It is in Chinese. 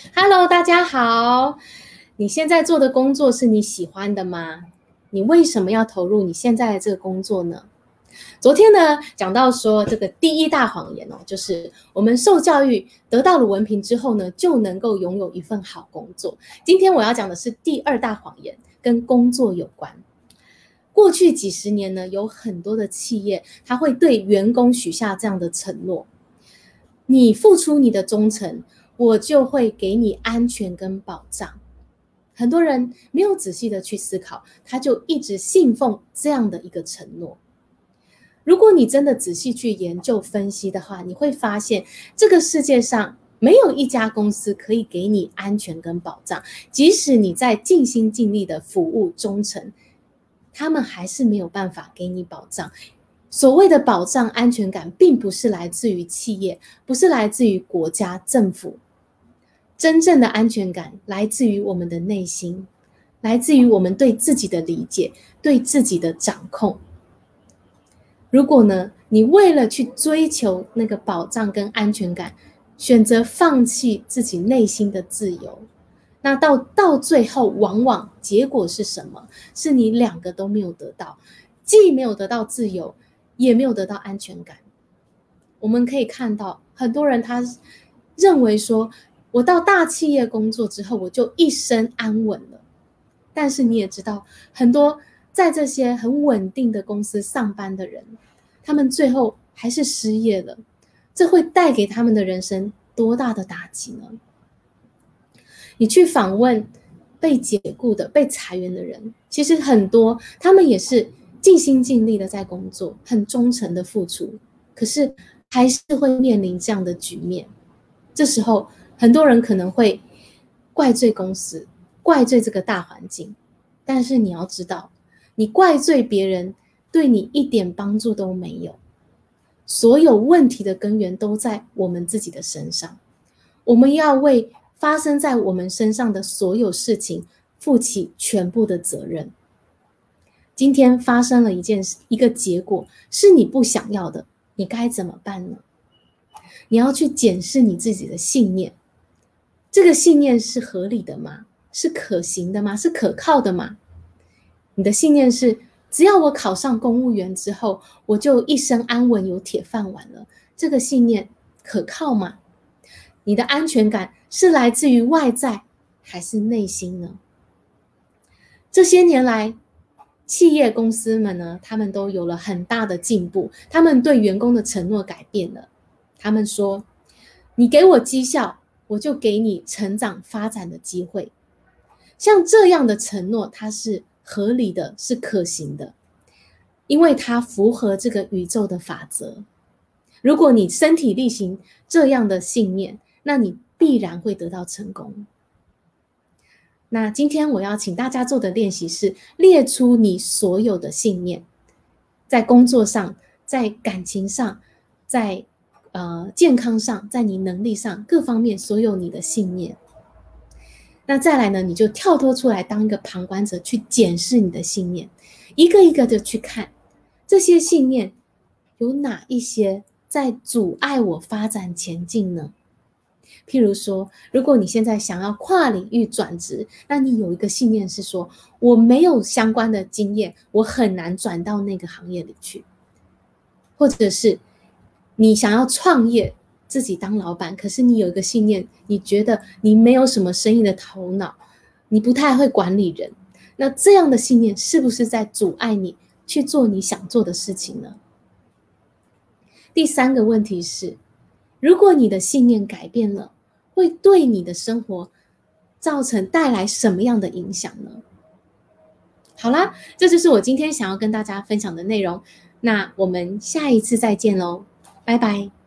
Hello，大家好。你现在做的工作是你喜欢的吗？你为什么要投入你现在的这个工作呢？昨天呢，讲到说这个第一大谎言就是我们受教育得到了文凭之后呢，就能够拥有一份好工作。今天我要讲的是第二大谎言，跟工作有关。过去几十年呢，有很多的企业，它会对员工许下这样的承诺：你付出你的忠诚，我就会给你安全跟保障。很多人没有仔细的去思考，他就一直信奉这样的一个承诺。如果你真的仔细去研究分析的话，你会发现这个世界上没有一家公司可以给你安全跟保障，即使你在尽心尽力的服务忠诚，他们还是没有办法给你保障。所谓的保障安全感，并不是来自于企业，不是来自于国家政府。真正的安全感来自于我们的内心，来自于我们对自己的理解，对自己的掌控。如果呢，你为了去追求那个保障跟安全感，选择放弃自己内心的自由，那到最后，往往结果是什么？是你两个都没有得到，既没有得到自由，也没有得到安全感。我们可以看到，很多人他认为说，我到大企业工作之后，我就一生安稳了。但是你也知道，很多在这些很稳定的公司上班的人，他们最后还是失业了，这会带给他们的人生多大的打击呢？你去访问被解雇的、被裁员的人，其实很多他们也是尽心尽力的在工作，很忠诚的付出，可是还是会面临这样的局面。这时候很多人可能会怪罪公司，怪罪这个大环境，但是你要知道，你怪罪别人对你一点帮助都没有，所有问题的根源都在我们自己的身上。我们要为发生在我们身上的所有事情负起全部的责任。今天发生了一个结果是你不想要的，你该怎么办呢？你要去检视你自己的信念，这个信念是合理的吗？是可行的吗？是可靠的吗？你的信念是，只要我考上公务员之后，我就一生安稳有铁饭碗了，这个信念可靠吗？你的安全感是来自于外在还是内心呢？这些年来，企业公司们呢，他们都有了很大的进步，他们对员工的承诺改变了。他们说，你给我绩效，我就给你成长发展的机会。像这样的承诺，它是合理的，是可行的，因为它符合这个宇宙的法则。如果你身体力行这样的信念，那你必然会得到成功。那今天我要请大家做的练习是列出你所有的信念，在工作上，在感情上，在健康上，在你能力上各方面所有你的信念。那再来呢，你就跳脱出来当一个旁观者，去检视你的信念，一个一个的去看这些信念有哪一些在阻碍我发展前进呢？譬如说，如果你现在想要跨领域转职，那你有一个信念是说，我没有相关的经验，我很难转到那个行业里去。或者是你想要创业，自己当老板，可是你有一个信念，你觉得你没有什么生意的头脑，你不太会管理人，那这样的信念是不是在阻碍你去做你想做的事情呢？第三个问题是，如果你的信念改变了，会对你的生活带来什么样的影响呢？好啦，这就是我今天想要跟大家分享的内容。那我们下一次再见喽，拜拜。